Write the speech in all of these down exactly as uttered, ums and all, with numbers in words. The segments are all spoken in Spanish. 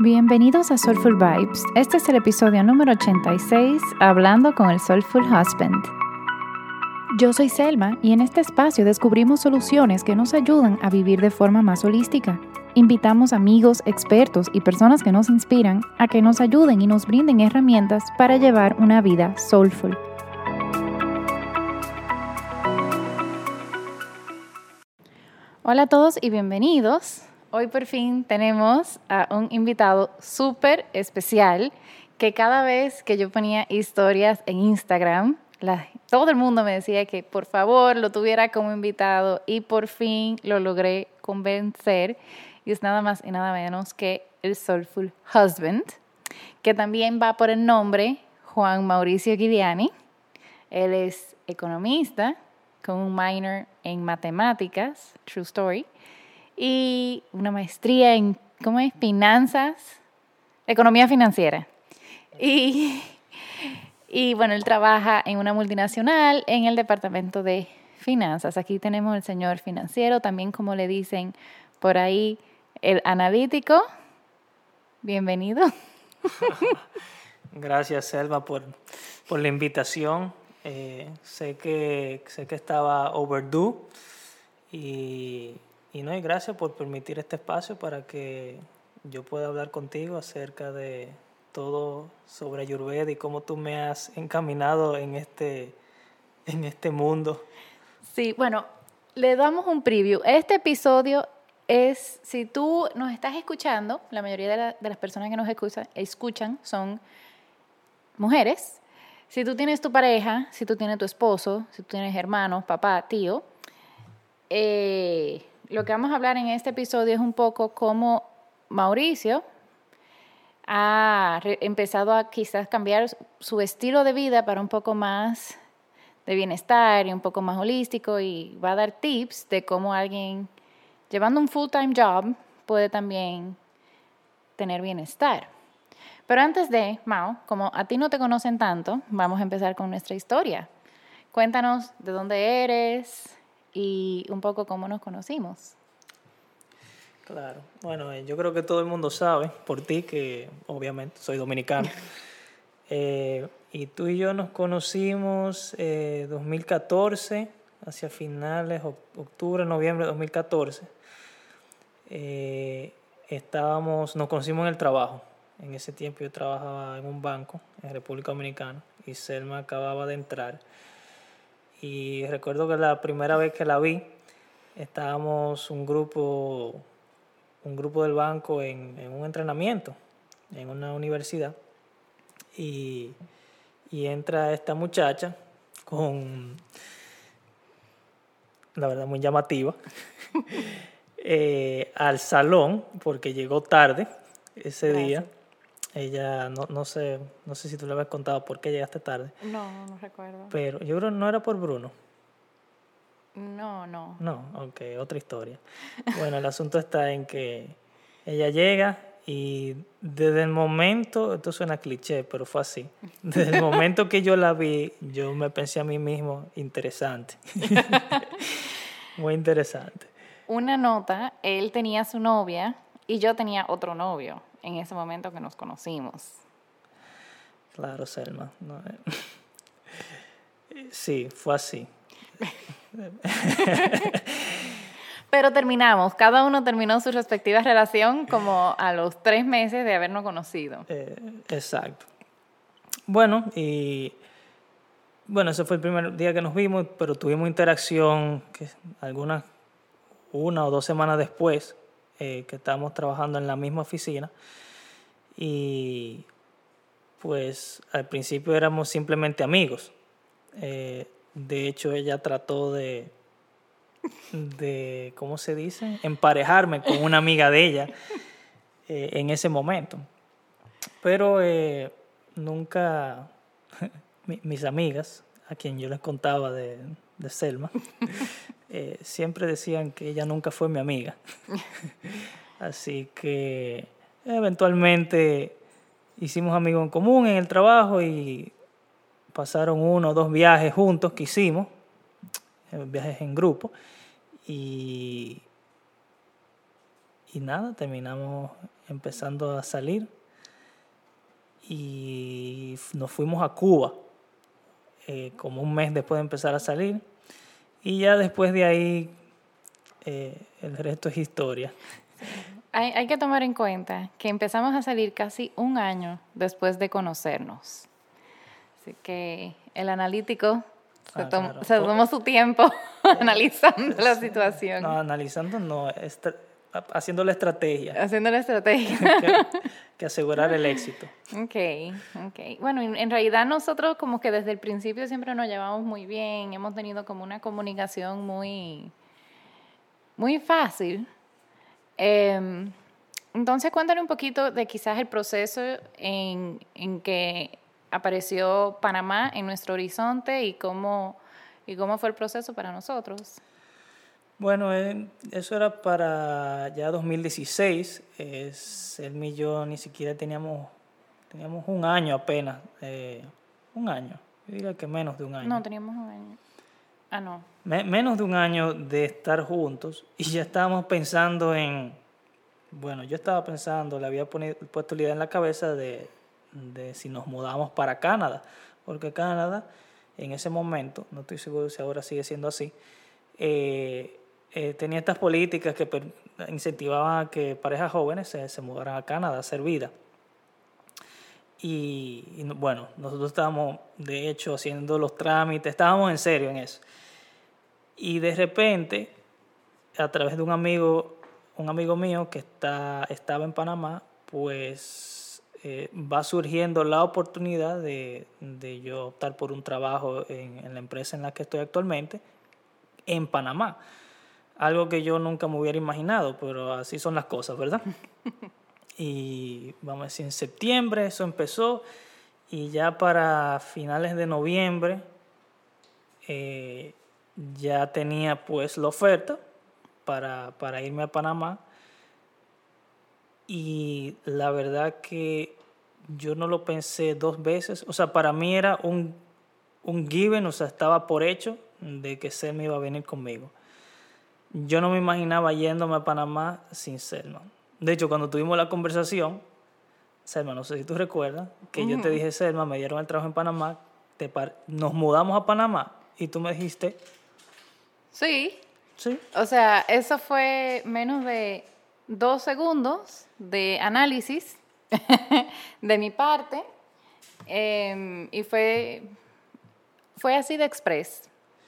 Bienvenidos a Soulful Vibes. Este es el episodio número ochenta y seis, Hablando con el Soulful Husband. Yo soy Selma y en este espacio descubrimos soluciones que nos ayudan a vivir de forma más holística. Invitamos amigos, expertos y personas que nos inspiran a que nos ayuden y nos brinden herramientas para llevar una vida soulful. Hola a todos y bienvenidos. Hoy por fin tenemos a un invitado súper especial que cada vez que yo ponía historias en Instagram, la, todo el mundo me decía que por favor lo tuviera como invitado y por fin lo logré convencer. Y es nada más y nada menos que el Soulful Husband, que también va por el nombre Juan Mauricio Guidiani. Él es economista con un minor en matemáticas, true story, y una maestría en, ¿cómo es? Finanzas, economía financiera. Y, y bueno, él trabaja en una multinacional en el departamento de finanzas. Aquí tenemos el señor financiero, también como le dicen por ahí, el analítico. Bienvenido. Gracias, Selva, por, por la invitación. Eh, sé que, sé que estaba overdue y... Y no, y gracias por permitir este espacio para que yo pueda hablar contigo acerca de todo sobre Ayurveda y cómo tú me has encaminado en este, en este mundo. Sí, bueno, le damos un preview. Este episodio es, si tú nos estás escuchando, la mayoría de, la, de las personas que nos escuchan, escuchan son mujeres. Si tú tienes tu pareja, si tú tienes tu esposo, si tú tienes hermanos, papá, tío, eh... lo que vamos a hablar en este episodio es un poco cómo Mauricio ha re- empezado a quizás cambiar su estilo de vida para un poco más de bienestar y un poco más holístico, y va a dar tips de cómo alguien llevando un full-time job puede también tener bienestar. Pero antes de, Mau, como a ti no te conocen tanto, vamos a empezar con nuestra historia. Cuéntanos de dónde eres y un poco cómo nos conocimos. Claro, bueno, eh, yo creo que todo el mundo sabe, por ti, que obviamente soy dominicano. eh, y tú y yo nos conocimos en eh, dos mil catorce, hacia finales, octubre, noviembre de dos mil catorce. Eh, estábamos, nos conocimos en el trabajo. En ese tiempo yo trabajaba en un banco en República Dominicana y Selma acababa de entrar. Y recuerdo que la primera vez que la vi, estábamos un grupo, un grupo del banco en, en un entrenamiento, en una universidad, y, y entra esta muchacha con, la verdad, muy llamativa, eh, al salón, porque llegó tarde ese Gracias. día. Ella, no, no sé, no sé si tú le habías contado por qué llegaste tarde. No, no recuerdo. Pero yo creo que no era por Bruno. No, no. No, ok, otra historia. Bueno, el asunto está en que ella llega y desde el momento, esto suena cliché, pero fue así. Desde el momento que yo la vi, yo me pensé a mí mismo, interesante. Muy interesante. Una nota, él tenía su novia y yo tenía otro novio en ese momento que nos conocimos. Claro, Selma. No, eh. Sí, fue así. Pero terminamos, cada uno terminó su respectiva relación como a los tres meses de habernos conocido. Eh, exacto. Bueno, y bueno, ese fue el primer día que nos vimos, pero tuvimos interacción que algunas, una o dos semanas después, eh, que estábamos trabajando en la misma oficina. Y pues al principio éramos simplemente amigos. Eh, de hecho, ella trató de, de, ¿cómo se dice? Emparejarme con una amiga de ella eh, en ese momento. Pero eh, nunca, mis amigas, a quien yo les contaba de, de Selma, eh, siempre decían que ella nunca fue mi amiga. Así que eventualmente hicimos amigos en común en el trabajo y pasaron uno o dos viajes juntos que hicimos, viajes en grupo, y, y nada, terminamos empezando a salir y nos fuimos a Cuba eh, como un mes después de empezar a salir y ya después de ahí eh, el resto es historia. Hay, hay que tomar en cuenta que empezamos a salir casi un año después de conocernos. Así que el analítico se, Ah, tom- claro. se tomó su tiempo analizando la situación, No, analizando, no, estra- haciendo la estrategia haciendo la estrategia. que, que asegurar el éxito. Okay, okay. Bueno, en, en realidad nosotros como que desde el principio siempre nos llevamos muy bien, hemos tenido como una comunicación muy, muy fácil. Eh, entonces cuéntale un poquito de quizás el proceso en, en que apareció Panamá en nuestro horizonte y cómo, y cómo fue el proceso para nosotros. Bueno, eh, eso era para ya dos mil dieciséis. Es, él y yo ni siquiera teníamos, teníamos un año apenas. Eh, un año. Yo diría que menos de un año. No, teníamos un año. Ah, no. Me- menos de un año de estar juntos y ya estábamos pensando en... Bueno, yo estaba pensando, le había poni- puesto la idea en la cabeza de, de si nos mudamos para Canadá. Porque Canadá, en ese momento, no estoy seguro si ahora sigue siendo así, eh, Eh, tenía estas políticas que per- incentivaban a que parejas jóvenes se, se mudaran a Canadá a hacer vida. Y, y, bueno, nosotros estábamos, de hecho, haciendo los trámites, estábamos en serio en eso. Y de repente, a través de un amigo, un amigo mío que está, estaba en Panamá, pues eh, va surgiendo la oportunidad de, de yo optar por un trabajo en, en la empresa en la que estoy actualmente, en Panamá. Algo que yo nunca me hubiera imaginado, pero así son las cosas, ¿verdad? Y vamos a decir, en septiembre eso empezó y ya para finales de noviembre eh, ya tenía pues la oferta para, para irme a Panamá y la verdad que yo no lo pensé dos veces. O sea, para mí era un, un given, o sea, estaba por hecho de que Selma iba a venir conmigo. Yo no me imaginaba yéndome a Panamá sin Selma. De hecho, cuando tuvimos la conversación, Selma, no sé si tú recuerdas, que uh-huh. yo te dije, Selma, me dieron el trabajo en Panamá, te par- nos mudamos a Panamá y tú me dijiste... Sí. Sí. O sea, eso fue menos de dos segundos de análisis de mi parte eh, y fue, fue así de express.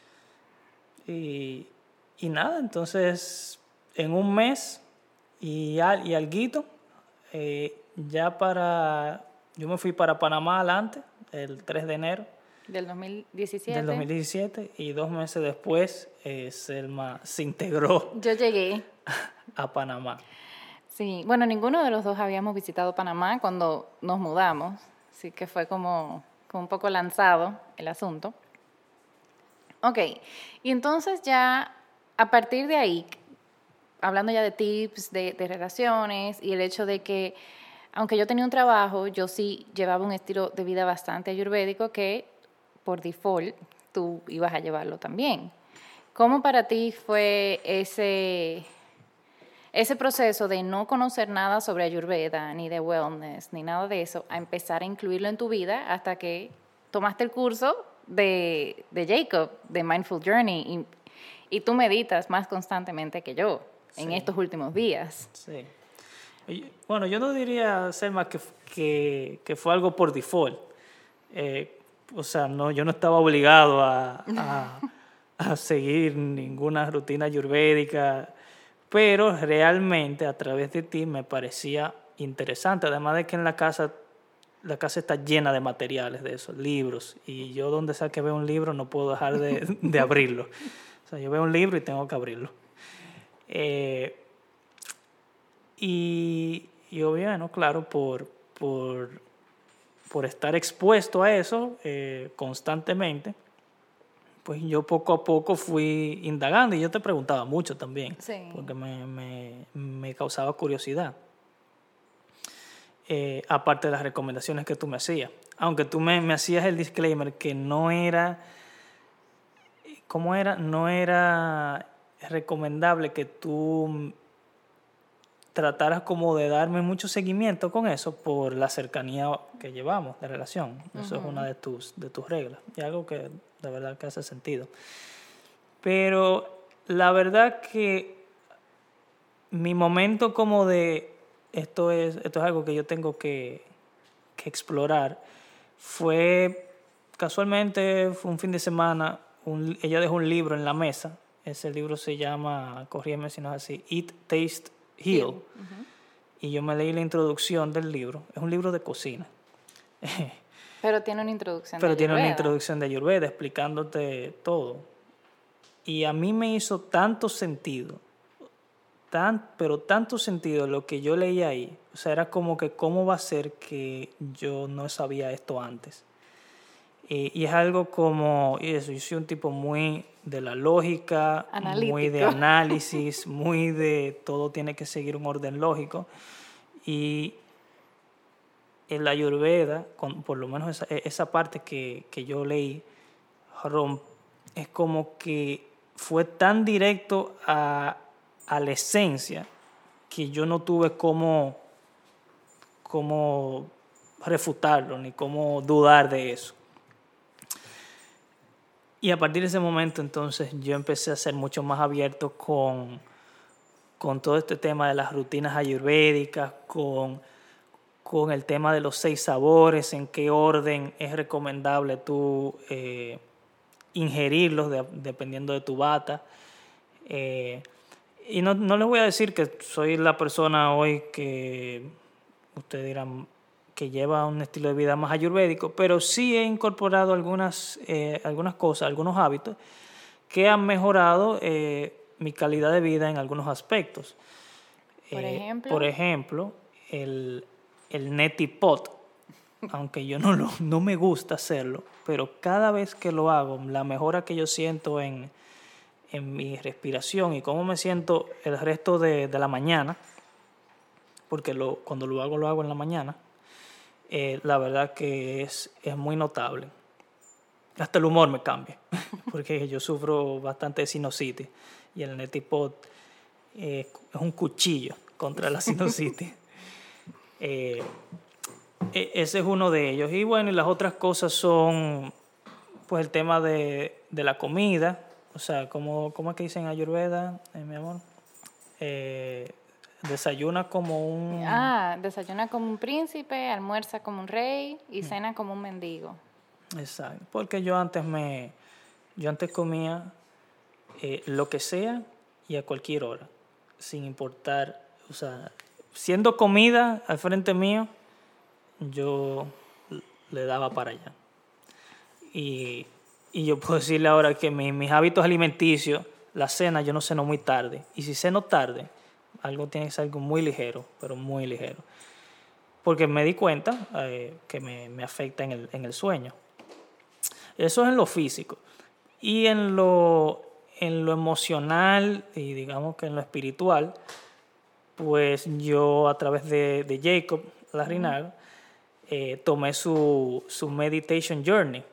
Y... Y nada, entonces en un mes y, al, y alguito, eh, ya para... Yo me fui para Panamá adelante, el tres de enero. Del dos mil diecisiete. Del dos mil diecisiete y dos meses después eh, Selma se integró. Yo llegué. A Panamá. Sí, bueno, ninguno de los dos habíamos visitado Panamá cuando nos mudamos, así que fue como, como un poco lanzado el asunto. Ok, y entonces ya... A partir de ahí, hablando ya de tips, de, de relaciones y el hecho de que, aunque yo tenía un trabajo, yo sí llevaba un estilo de vida bastante ayurvédico que, por default, tú ibas a llevarlo también. ¿Cómo para ti fue ese, ese proceso de no conocer nada sobre ayurveda, ni de wellness, ni nada de eso, a empezar a incluirlo en tu vida hasta que tomaste el curso de, de Jacob, de Mindful Journey, y Y tú meditas más constantemente que yo en sí. estos últimos días. Sí. Bueno, yo no diría, Selma, que, que, que fue algo por default. Eh, o sea, no, yo no estaba obligado a, a, a seguir ninguna rutina ayurvédica, pero realmente a través de ti me parecía interesante. Además de que en la casa, la casa está llena de materiales de esos, libros. Y yo donde sea que veo un libro no puedo dejar de, de abrirlo. O sea, yo veo un libro y tengo que abrirlo. Eh, y, y obviamente, claro, por, por, por estar expuesto a eso eh, constantemente, pues yo poco a poco fui indagando y yo te preguntaba mucho también, sí. porque me, me, me causaba curiosidad. Eh, aparte de las recomendaciones que tú me hacías. Aunque tú me, me hacías el disclaimer que no era... ¿Cómo era? No era recomendable que tú trataras como de darme mucho seguimiento con eso por la cercanía que llevamos de relación. Eso uh-huh. es una de tus, de tus reglas y algo que de verdad que hace sentido. Pero la verdad que mi momento como de esto es, esto es algo que yo tengo que, que explorar fue casualmente, fue un fin de semana, un, ella dejó un libro en la mesa. Ese libro se llama, corrígeme si no es así, Eat, Taste, Heal. Uh-huh. Y yo me leí la introducción del libro. Es un libro de cocina. Pero tiene una introducción Pero de tiene Ayurveda. una introducción de Ayurveda explicándote todo. Y a mí me hizo tanto sentido, tan, pero tanto sentido lo que yo leí ahí. O sea, era como que cómo va a ser que yo no sabía esto antes. Y, y es algo como, y eso, yo soy un tipo muy de la lógica, analítico. Muy de análisis, muy de todo tiene que seguir un orden lógico. Y en la Ayurveda, con, por lo menos esa, esa parte que, que yo leí, es como que fue tan directo a, a la esencia que yo no tuve cómo, cómo refutarlo ni cómo dudar de eso. Y a partir de ese momento, entonces, yo empecé a ser mucho más abierto con, con todo este tema de las rutinas ayurvédicas, con, con el tema de los seis sabores, en qué orden es recomendable tú eh, ingerirlos de, dependiendo de tu vata. Eh, y no, no les voy a decir que soy la persona hoy que ustedes dirán que lleva un estilo de vida más ayurvédico, pero sí he incorporado algunas, eh, algunas cosas, algunos hábitos que han mejorado eh, mi calidad de vida en algunos aspectos. Por eh, ejemplo, por ejemplo el, el neti pot, aunque yo no, lo, no me gusta hacerlo, pero cada vez que lo hago, la mejora que yo siento en, en mi respiración y cómo me siento el resto de, de la mañana, porque lo, cuando lo hago, lo hago en la mañana, eh, la verdad que es, es muy notable. Hasta el humor me cambia, porque yo sufro bastante de sinusitis y el neti pot eh, es un cuchillo contra la sinusitis. eh, ese es uno de ellos. Y bueno, y las otras cosas son pues el tema de, de la comida. O sea, ¿cómo, cómo es que dicen Ayurveda, eh, mi amor? Eh, desayuna como un... Ah, desayuna como un príncipe, almuerza como un rey y mm. cena como un mendigo. Exacto, porque yo antes me... Yo antes comía eh, lo que sea y a cualquier hora, sin importar, o sea, siendo comida al frente mío, yo le daba para allá. Y, y yo puedo decirle ahora que mi, mis hábitos alimenticios, la cena, yo no ceno muy tarde. Y si ceno tarde, algo tiene que ser algo muy ligero, pero muy ligero. Porque me di cuenta eh, que me, me afecta en el, en el sueño. Eso es en lo físico. Y en lo, en lo emocional y digamos que en lo espiritual, pues yo a través de, de Jacob Larrinaga, eh, tomé su, su Meditation Journey.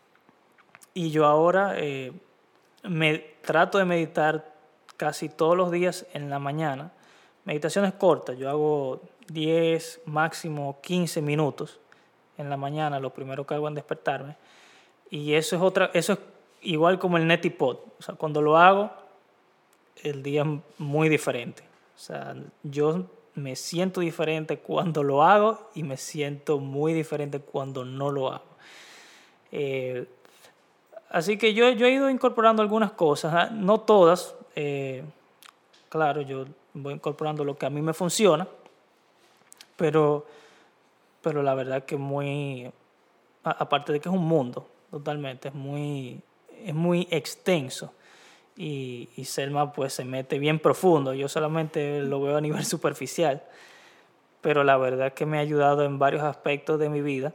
Y yo ahora eh, me trato de meditar casi todos los días en la mañana. Meditaciones cortas, yo hago diez, máximo quince minutos en la mañana, lo primero que hago es despertarme. Y eso es otra, eso es igual como el neti pot. O sea, cuando lo hago, el día es muy diferente. O sea, yo me siento diferente cuando lo hago y me siento muy diferente cuando no lo hago. Eh, así que yo, yo he ido incorporando algunas cosas, no todas. Eh, claro, yo voy incorporando lo que a mí me funciona, pero, pero la verdad que muy, aparte de que es un mundo, totalmente, es muy, es muy extenso. Y, y Selma pues se mete bien profundo. Yo solamente lo veo a nivel superficial, pero la verdad que me ha ayudado en varios aspectos de mi vida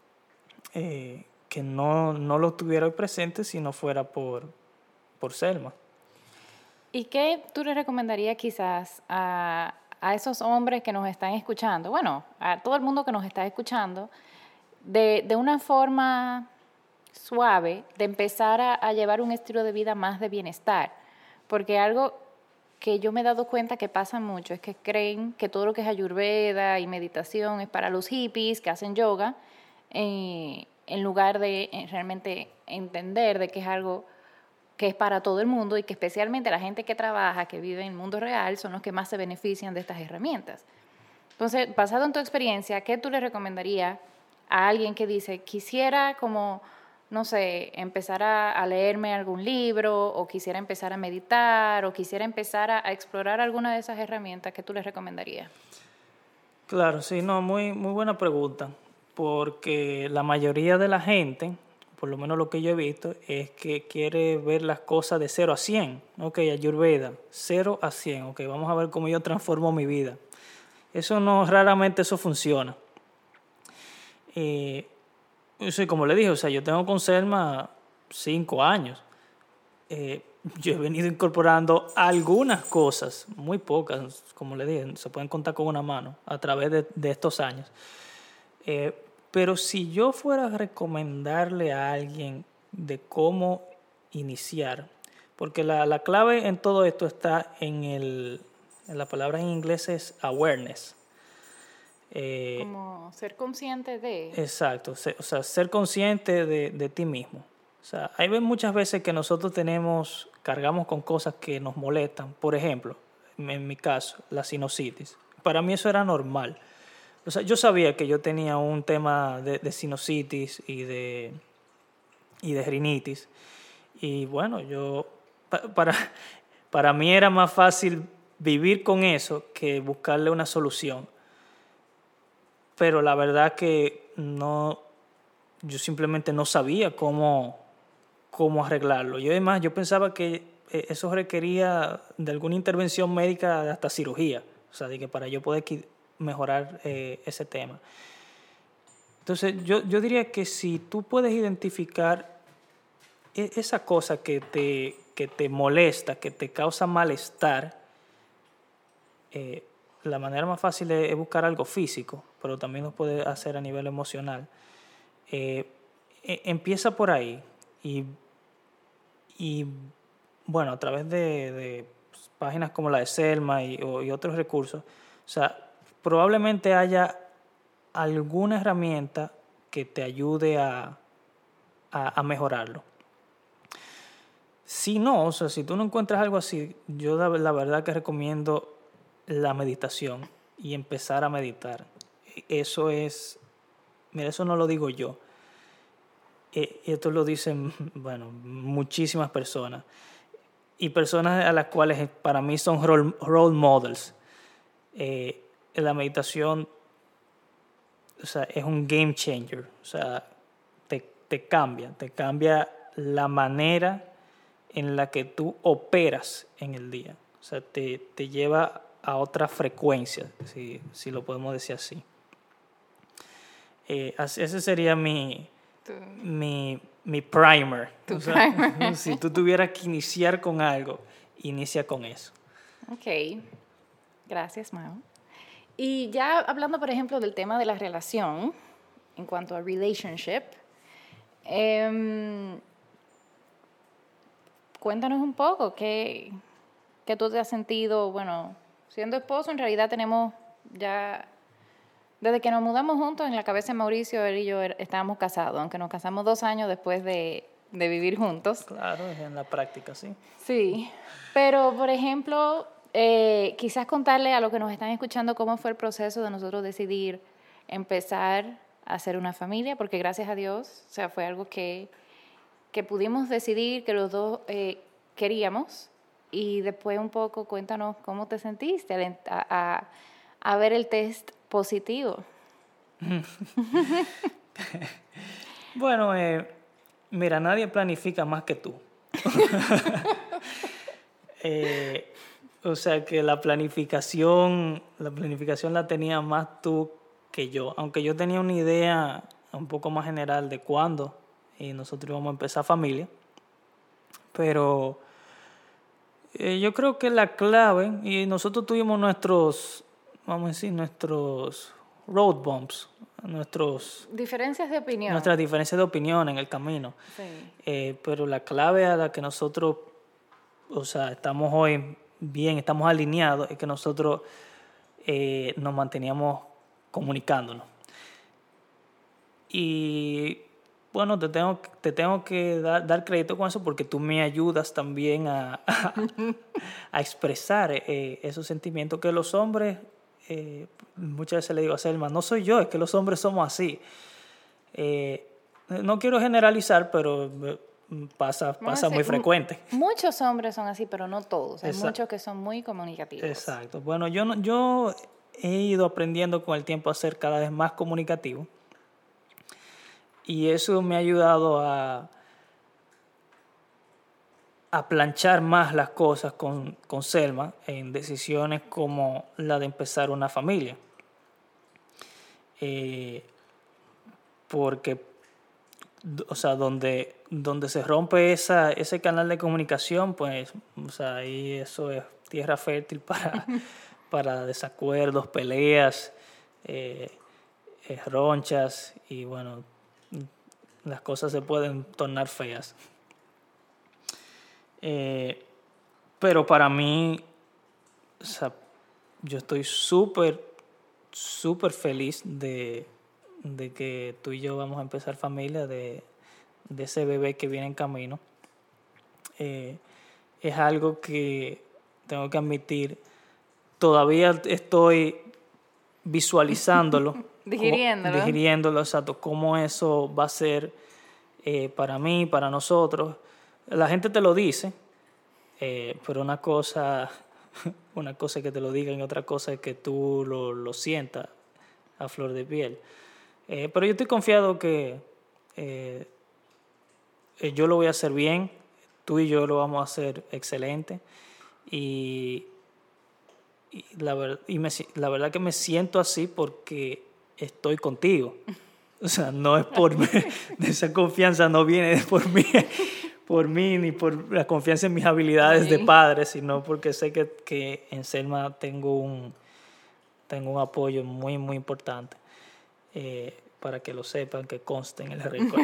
eh, que no, no lo tuviera hoy presente si no fuera por, por Selma. ¿Y qué tú le recomendarías quizás a, a esos hombres que nos están escuchando, bueno, a todo el mundo que nos está escuchando, de, de una forma suave de empezar a, a llevar un estilo de vida más de bienestar? Porque algo que yo me he dado cuenta que pasa mucho es que creen que todo lo que es ayurveda y meditación es para los hippies que hacen yoga, eh, en lugar de eh, realmente entender de que es algo que es para todo el mundo y que especialmente la gente que trabaja, que vive en el mundo real, son los que más se benefician de estas herramientas. Entonces, basado en tu experiencia, ¿qué tú le recomendarías a alguien que dice, quisiera como, no sé, empezar a, a leerme algún libro, o quisiera empezar a meditar, o quisiera empezar a, a explorar alguna de esas herramientas? ¿Qué tú le recomendarías? Claro, sí, no, muy, muy buena pregunta, porque la mayoría de la gente, por lo menos lo que yo he visto, es que quiere ver las cosas de cero a cien. Ok, Ayurveda, cero a cien. Ok, vamos a ver cómo yo transformo mi vida. Eso no, raramente eso funciona. Eh, sí, como le dije, o sea, yo tengo con Selma cinco años. Eh, yo he venido incorporando algunas cosas, muy pocas, como le dije, se pueden contar con una mano a través de, de estos años. Eh, pero si yo fuera a recomendarle a alguien de cómo iniciar, porque la, la clave en todo esto está en, el, en la palabra en inglés es awareness. Eh, Como ser consciente de... Exacto, o sea, ser consciente de, de ti mismo. O sea, hay muchas veces que nosotros tenemos, cargamos con cosas que nos molestan. Por ejemplo, en mi caso, la sinusitis. Para mí eso era normal. O sea, yo sabía que yo tenía un tema de, de sinusitis y de, y de rinitis. Y bueno, yo pa, para, para mí era más fácil vivir con eso que buscarle una solución. Pero la verdad que no, yo simplemente no sabía cómo, cómo arreglarlo. Yo además, yo pensaba que eso requería de alguna intervención médica, hasta cirugía, o sea, de que para yo poder mejorar eh, ese tema. Entonces, yo, yo diría que si tú puedes identificar esa cosa que te, que te molesta, que te causa malestar, eh, la manera más fácil es buscar algo físico, pero también lo puede hacer a nivel emocional. Eh, empieza por ahí y, y bueno, a través de, de páginas como la de Selma y, o, y otros recursos, o sea, probablemente haya alguna herramienta que te ayude a, a, a mejorarlo. Si no, o sea, si tú no encuentras algo así, yo la, la verdad que recomiendo la meditación y empezar a meditar. Eso es, mira, eso no lo digo yo. Eh, esto lo dicen, bueno, muchísimas personas. Y personas a las cuales para mí son role, role models. Eh, la meditación, o sea, es un game changer. O sea, te, te cambia, te cambia la manera en la que tú operas en el día. O sea, te, te lleva a otra frecuencia, si, si lo podemos decir así. Eh, ese sería mi, mi, mi primer. Tu o sea, primer. Si tú tuvieras que iniciar con algo, inicia con eso. Ok, gracias, Mao. Y ya hablando, por ejemplo, del tema de la relación, en cuanto a relationship, eh, cuéntanos un poco, ¿qué, qué tú te has sentido? Bueno, siendo esposo, en realidad tenemos ya, desde que nos mudamos juntos, en la cabeza de Mauricio, él y yo estábamos casados, aunque nos casamos dos años después de, de vivir juntos. Claro, en la práctica, sí. Sí, pero por ejemplo, eh, quizás contarle a los que nos están escuchando cómo fue el proceso de nosotros decidir empezar a hacer una familia, porque gracias a Dios, o sea, fue algo que, que pudimos decidir, que los dos eh, queríamos, y después un poco cuéntanos cómo te sentiste al, a, a, a ver el test positivo. Bueno, eh, mira, nadie planifica más que tú. eh, o sea que la planificación, la planificación la tenía más tú que yo, aunque yo tenía una idea un poco más general de cuándo y nosotros íbamos a empezar familia, pero eh, yo creo que la clave, y nosotros tuvimos nuestros, vamos a decir, nuestros road bumps, nuestros diferencias de opinión. Nuestras diferencias de opinión en el camino. Sí. Eh, pero la clave a la que nosotros, o sea, estamos hoy bien, estamos alineados, es que nosotros eh, nos manteníamos comunicándonos. Y bueno, te tengo, te tengo que dar, dar crédito con eso porque tú me ayudas también a, a, a expresar eh, esos sentimientos que los hombres, eh, muchas veces le digo a Selma, no soy yo, es que los hombres somos así. Eh, no quiero generalizar, pero pasa, pasa Bueno, muy sí, frecuente. Muchos hombres son así, pero no todos. Hay Exacto. muchos que son muy comunicativos. Exacto. Bueno, yo, no, yo he ido aprendiendo con el tiempo a ser cada vez más comunicativo. Y eso me ha ayudado a, a planchar más las cosas con, con Selma en decisiones como la de empezar una familia. Eh, porque, o sea, donde, donde se rompe esa, ese canal de comunicación, pues, o sea, ahí eso es tierra fértil para, para desacuerdos, peleas, eh, eh, ronchas y, bueno, las cosas se pueden tornar feas. Eh, pero para mí, o sea, yo estoy súper, súper feliz de, de que tú y yo vamos a empezar familia, de, de ese bebé que viene en camino. Eh, es algo que tengo que admitir, todavía estoy visualizándolo, Digiriéndolo. Cómo, digiriéndolo, exacto, cómo eso va a ser eh, para mí, para nosotros. La gente te lo dice, eh, pero una cosa, una cosa es que te lo digan y otra cosa es que tú lo, lo sientas a flor de piel. Eh, pero yo estoy confiado que eh, yo lo voy a hacer bien, tú y yo lo vamos a hacer excelente y, y, la, ver, y me, la verdad que me siento así porque estoy contigo. O sea, no es por mí, esa confianza no viene por mí, por mí ni por la confianza en mis habilidades sí. de padre, sino porque sé que, que en Selma tengo un, tengo un apoyo muy, muy importante. Eh, para que lo sepan, que conste en el récord.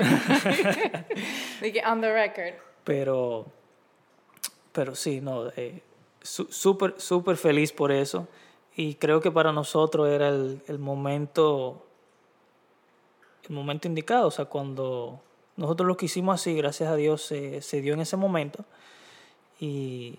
On the record. Pero, pero sí, no, eh, súper, súper feliz por eso. Y creo que para nosotros era el, el momento... el momento indicado, o sea, cuando nosotros lo que hicimos así, gracias a Dios, se, se dio en ese momento y,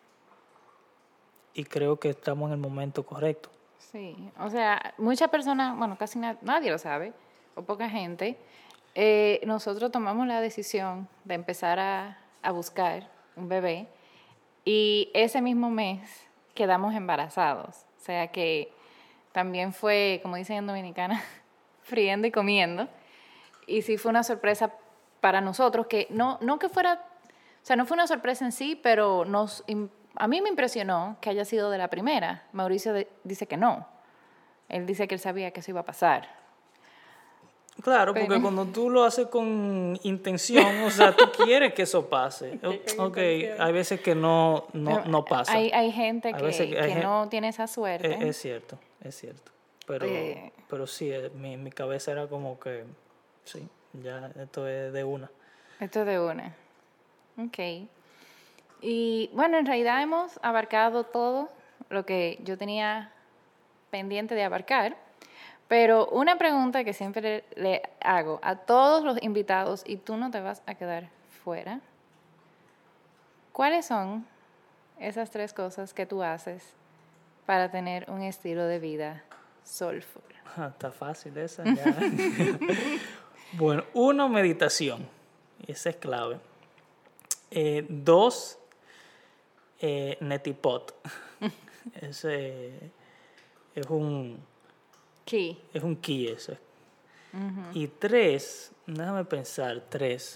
y creo que estamos en el momento correcto. Sí, o sea, muchas personas, bueno, casi na- nadie lo sabe, o poca gente, eh, nosotros tomamos la decisión de empezar a, a buscar un bebé y ese mismo mes quedamos embarazados, o sea que también fue, como dicen en Dominicana, friendo y comiendo. Y sí fue una sorpresa para nosotros, que no, no que fuera, o sea, no fue una sorpresa en sí, pero nos, a mí me impresionó que haya sido de la primera. Mauricio de, dice que no. Él dice que él sabía que eso iba a pasar. Claro, porque pero, cuando tú lo haces con intención, o sea, tú quieres que eso pase. Ok, hay veces que no, no, no pasa. Hay, hay gente hay que, que, que hay no gente, tiene esa suerte. Es, es cierto, es cierto. Pero, eh, pero sí, mi, mi cabeza era como que, sí, ya esto es de una. Esto es de una. Ok. Y bueno, en realidad hemos abarcado todo lo que yo tenía pendiente de abarcar, pero una pregunta que siempre le hago a todos los invitados, y tú no te vas a quedar fuera, ¿cuáles son esas tres cosas que tú haces para tener un estilo de vida soulful? Ah, está fácil esa ya. Bueno, uno, meditación. Esa es clave. Eh, dos, eh, Netipot. Ese es un... Key. Es un key ese. Uh-huh. Y tres, déjame pensar, tres.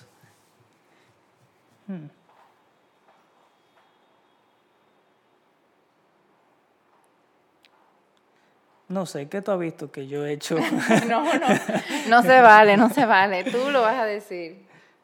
Hmm. No sé, ¿qué tú has visto que yo he hecho? no, no, no se vale, no se vale. Tú lo vas a decir.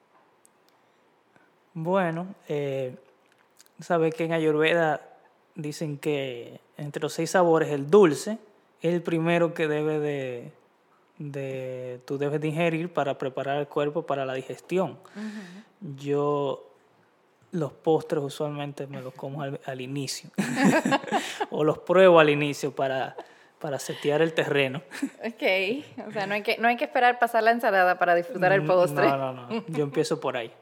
Bueno, eh, sabes que en Ayurveda dicen que entre los seis sabores el dulce es el primero que debe de, de tú debes de ingerir para preparar el cuerpo para la digestión. Uh-huh. Yo los postres usualmente me los como al, al inicio. O los pruebo al inicio para, para setear el terreno. Ok, o sea, no hay que, no hay que esperar pasar la ensalada para disfrutar el postre. No, no, no, yo empiezo por ahí.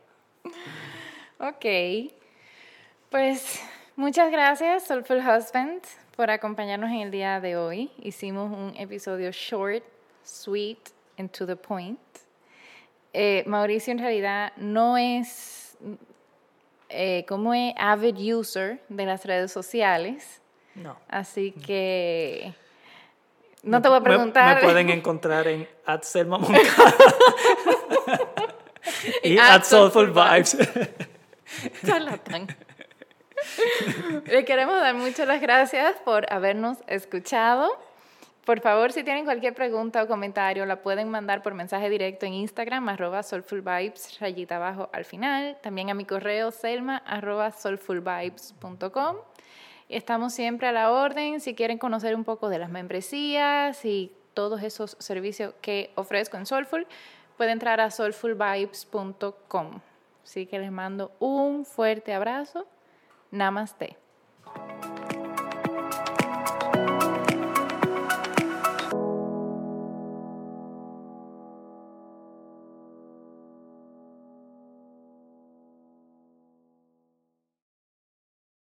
Ok, pues muchas gracias, Soulful Husband, por acompañarnos en el día de hoy. Hicimos un episodio short, sweet and to the point. Eh, Mauricio en realidad no es eh, como es avid user de las redes sociales. No. Así que no te voy a preguntar. Me, me pueden encontrar en at Selma Moncada y at Soulful Vibes. Charlatán. Le queremos dar muchas las gracias por habernos escuchado. Por favor, si tienen cualquier pregunta o comentario, la pueden mandar por mensaje directo en Instagram, arroba soulfulvibes, rayita abajo al final. También a mi correo, selma, arroba soulfulvibes punto com. Estamos siempre a la orden. Si quieren conocer un poco de las membresías y todos esos servicios que ofrezco en Soulful, pueden entrar a soulfulvibes punto com. Así que les mando un fuerte abrazo. Namaste.